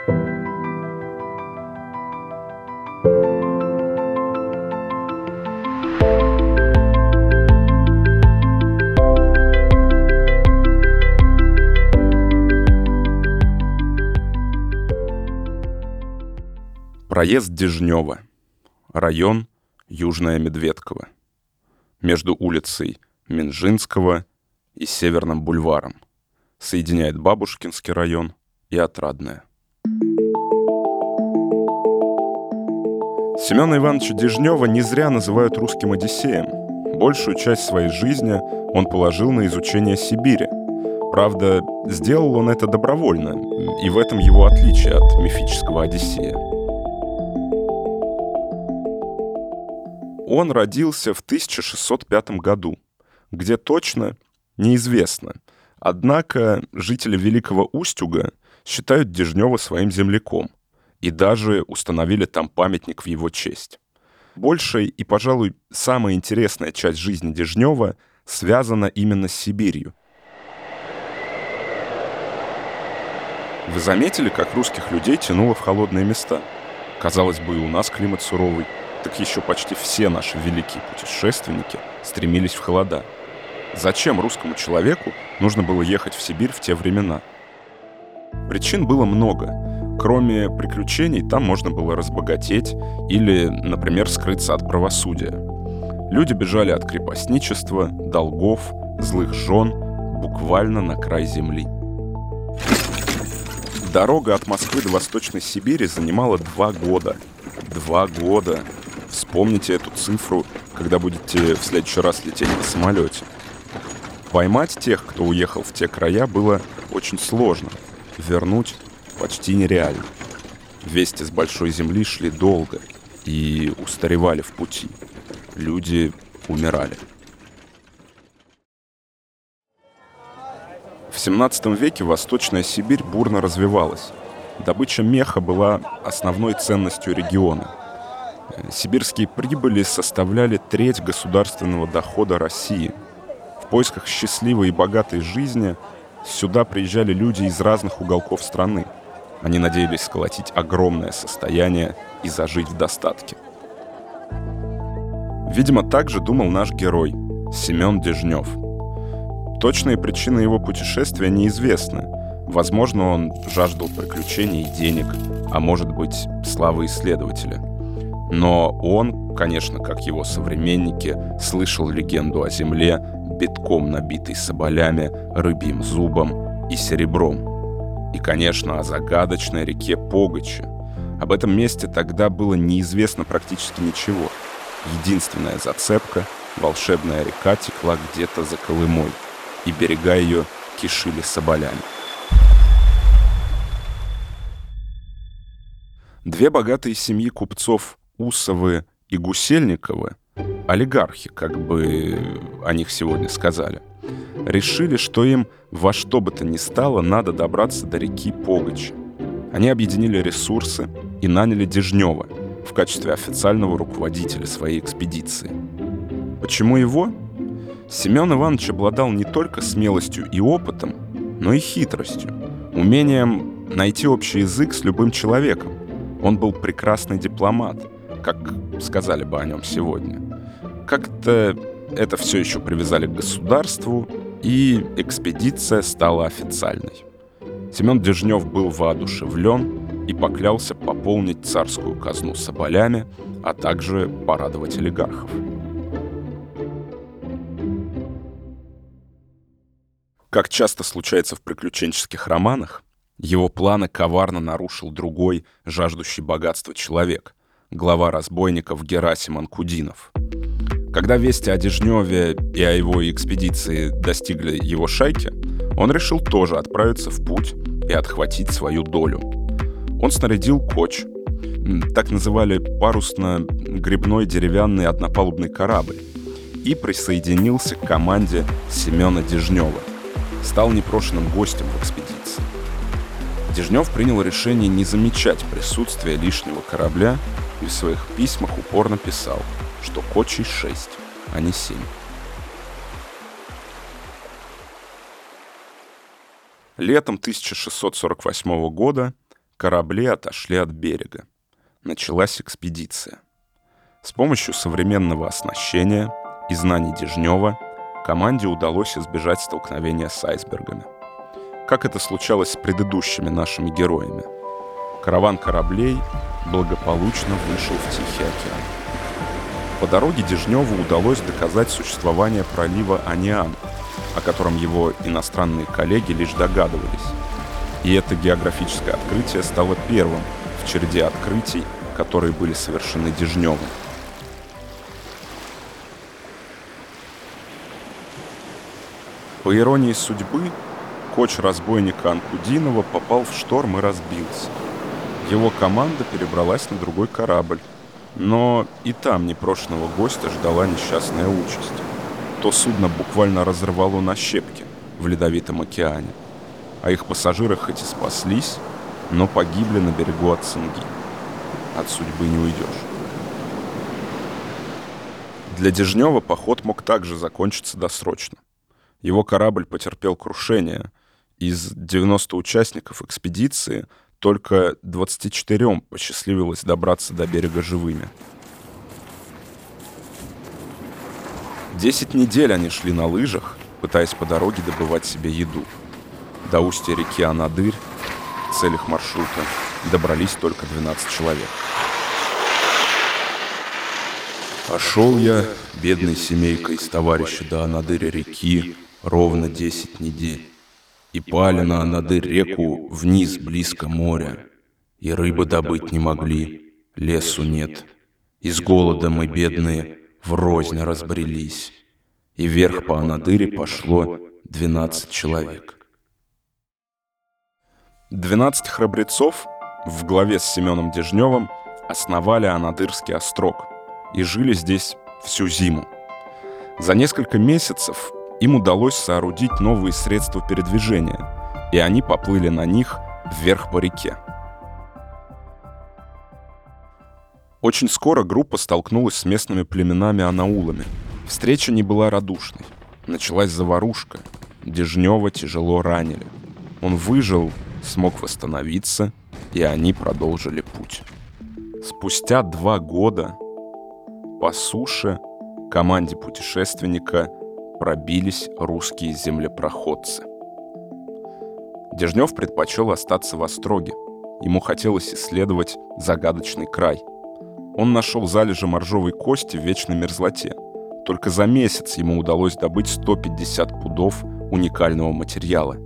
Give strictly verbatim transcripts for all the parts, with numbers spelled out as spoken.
Проезд Дежнева. Район Южная Медведково. Между улицей Минжинского и Северным бульваром. Соединяет Бабушкинский район и Отрадное. Семена Ивановича Дежнева не зря называют русским Одиссеем. Большую часть своей жизни он положил на изучение Сибири. Правда, сделал он это добровольно, и в этом его отличие от мифического Одиссея. Он родился в тысяча шестьсот пятом году, где точно неизвестно. Однако жители Великого Устюга считают Дежнева своим земляком и даже установили там памятник в его честь. Большая и, пожалуй, самая интересная часть жизни Дежнева связана именно с Сибирью. Вы заметили, как русских людей тянуло в холодные места? Казалось бы, и у нас климат суровый. Так еще почти все наши великие путешественники стремились в холода. Зачем русскому человеку нужно было ехать в Сибирь в те времена? Причин было много. Кроме приключений, там можно было разбогатеть или, например, скрыться от правосудия. Люди бежали от крепостничества, долгов, злых жен, буквально на край земли. Дорога от Москвы до Восточной Сибири занимала два года. Два года! Вспомните эту цифру, когда будете в следующий раз лететь на самолете. Поймать тех, кто уехал в те края, было очень сложно. Вернуть почти нереально. Вести с большой земли шли долго и устаревали в пути. Люди умирали. В семнадцатом веке Восточная Сибирь бурно развивалась. Добыча меха была основной ценностью региона. Сибирские прибыли составляли треть государственного дохода России. В поисках счастливой и богатой жизни сюда приезжали люди из разных уголков страны. Они надеялись сколотить огромное состояние и зажить в достатке. Видимо, так же думал наш герой Семен Дежнев. Точные причины его путешествия неизвестны. Возможно, он жаждал приключений и денег, а может быть, славы исследователя. Но он, конечно, как его современники, слышал легенду о земле, битком набитой соболями, рыбьим зубом и серебром. И, конечно, о загадочной реке Погочи. Об этом месте тогда было неизвестно практически ничего. Единственная зацепка — волшебная река текла где-то за Колымой, и берега ее кишили соболями. Две богатые семьи купцов Усовы и Гусельниковы, олигархи, как бы о них сегодня сказали, решили, что им во что бы то ни стало надо добраться до реки Погочи. Они объединили ресурсы и наняли Дежнева в качестве официального руководителя своей экспедиции. Почему его? Семен Иванович обладал не только смелостью и опытом, но и хитростью, умением найти общий язык с любым человеком. Он был прекрасный дипломат, как сказали бы о нем сегодня. Как-то это все еще привязали к государству, и экспедиция стала официальной. Семен Дежнев был воодушевлен и поклялся пополнить царскую казну соболями, а также порадовать олигархов. Как часто случается в приключенческих романах, его планы коварно нарушил другой, жаждущий богатства человек, глава разбойников Герасим Анкудинов. Когда вести о Дежневе и о его экспедиции достигли его шайки, он решил тоже отправиться в путь и отхватить свою долю. Он снарядил коч, так называли парусно-гребной деревянный однопалубный корабль, и присоединился к команде Семена Дежнева. Стал непрошенным гостем в экспедиции. Дежнев принял решение не замечать присутствия лишнего корабля и в своих письмах упорно писал, что кочей шесть, а не семь. Летом тысяча шестьсот сорок восьмого года корабли отошли от берега. Началась экспедиция. С помощью современного оснащения и знаний Дежнева команде удалось избежать столкновения с айсбергами. Как это случалось с предыдущими нашими героями. Караван кораблей благополучно вышел в Тихий океан. По дороге Дежневу удалось доказать существование пролива Аниан, о котором его иностранные коллеги лишь догадывались. И это географическое открытие стало первым в череде открытий, которые были совершены Дежневым. По иронии судьбы, коч разбойника Анкудинова попал в шторм и разбился. Его команда перебралась на другой корабль, но и там непрошенного гостя ждала несчастная участь. То судно буквально разорвало на щепки в ледовитом океане, а их пассажиры хоть и спаслись, но погибли на берегу от цинги. От судьбы не уйдешь. Для Дежнева поход мог также закончиться досрочно. Его корабль потерпел крушение. Из девяноста участников экспедиции только двадцати четырем посчастливилось добраться до берега живыми. Десять недель они шли на лыжах, пытаясь по дороге добывать себе еду. До устья реки Анадырь, в целях маршрута, добрались только двенадцать человек. Пошел я, бедной семейкой, с товарища до Анадыря реки ровно десять недель. И пали на Анадырь реку вниз, близко моря. И рыбы добыть не могли, лесу нет. И с голода мы, бедные, врознь разбрелись. И вверх по Анадыре пошло двенадцать человек. Двенадцать храбрецов в главе с Семеном Дежневым основали Анадырский острог и жили здесь всю зиму. За несколько месяцев им удалось соорудить новые средства передвижения, и они поплыли на них вверх по реке. Очень скоро группа столкнулась с местными племенами-анаулами. Встреча не была радушной. Началась заварушка. Дежнева тяжело ранили. Он выжил, смог восстановиться, и они продолжили путь. Спустя два года по суше команде путешественника пробились русские землепроходцы. Дежнев предпочел остаться в Остроге. Ему хотелось исследовать загадочный край. Он нашел залежи моржовой кости в вечной мерзлоте. Только за месяц ему удалось добыть сто пятьдесят пудов уникального материала.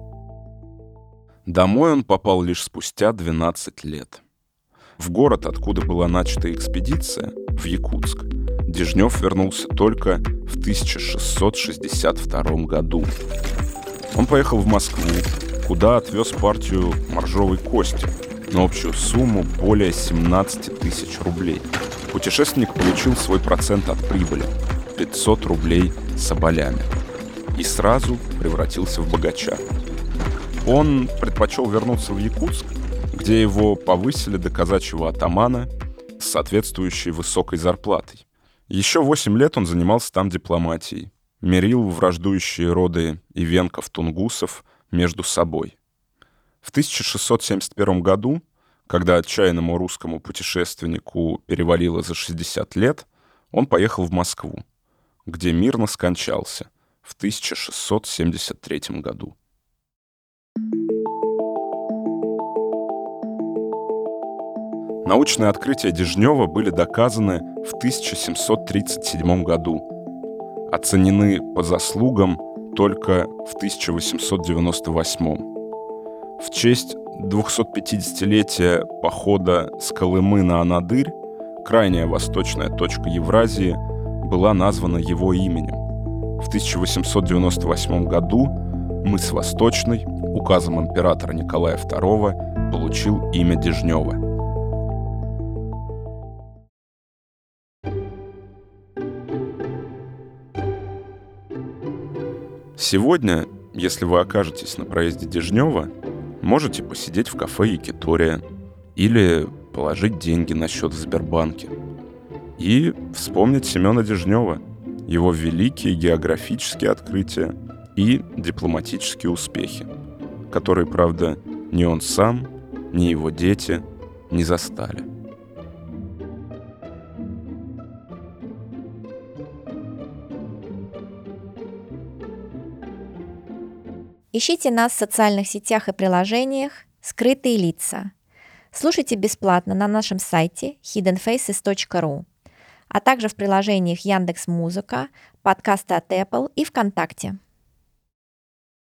Домой он попал лишь спустя двенадцать лет. В город, откуда была начата экспедиция, в Якутск, Дежнев вернулся только в тысяча шестьсот шестьдесят втором году. Он поехал в Москву, куда отвез партию моржовой кости на общую сумму более семнадцать тысяч рублей. Путешественник получил свой процент от прибыли – пятьсот рублей соболями. И сразу превратился в богача. Он предпочел вернуться в Якутск, где его повысили до казачьего атамана с соответствующей высокой зарплатой. Еще восемь лет он занимался там дипломатией, мирил враждующие роды ивенков-тунгусов между собой. В тысяча шестьсот семьдесят первом году, когда отчаянному русскому путешественнику перевалило за шестьдесят лет, он поехал в Москву, где мирно скончался в тысяча шестьсот семьдесят третьем году. Научные открытия Дежнева были доказаны в тысяча семьсот тридцать седьмом году, оценены по заслугам только в тысяча восемьсот девяносто восьмом. В честь двухсотпятидесятилетия похода с Колымы на Анадырь крайняя восточная точка Евразии была названа его именем. В тысяча восемьсот девяносто восьмом году мыс Восточный указом императора Николая второго получил имя Дежнева. Сегодня, если вы окажетесь на проезде Дежнева, можете посидеть в кафе «Якитория» или положить деньги на счет в Сбербанке и вспомнить Семена Дежнева, его великие географические открытия и дипломатические успехи, которые, правда, ни он сам, ни его дети не застали. Ищите нас в социальных сетях и приложениях «Скрытые лица». Слушайте бесплатно на нашем сайте хиден фейсес точка ру, а также в приложениях Яндекс.Музыка, подкасты от Apple и ВКонтакте.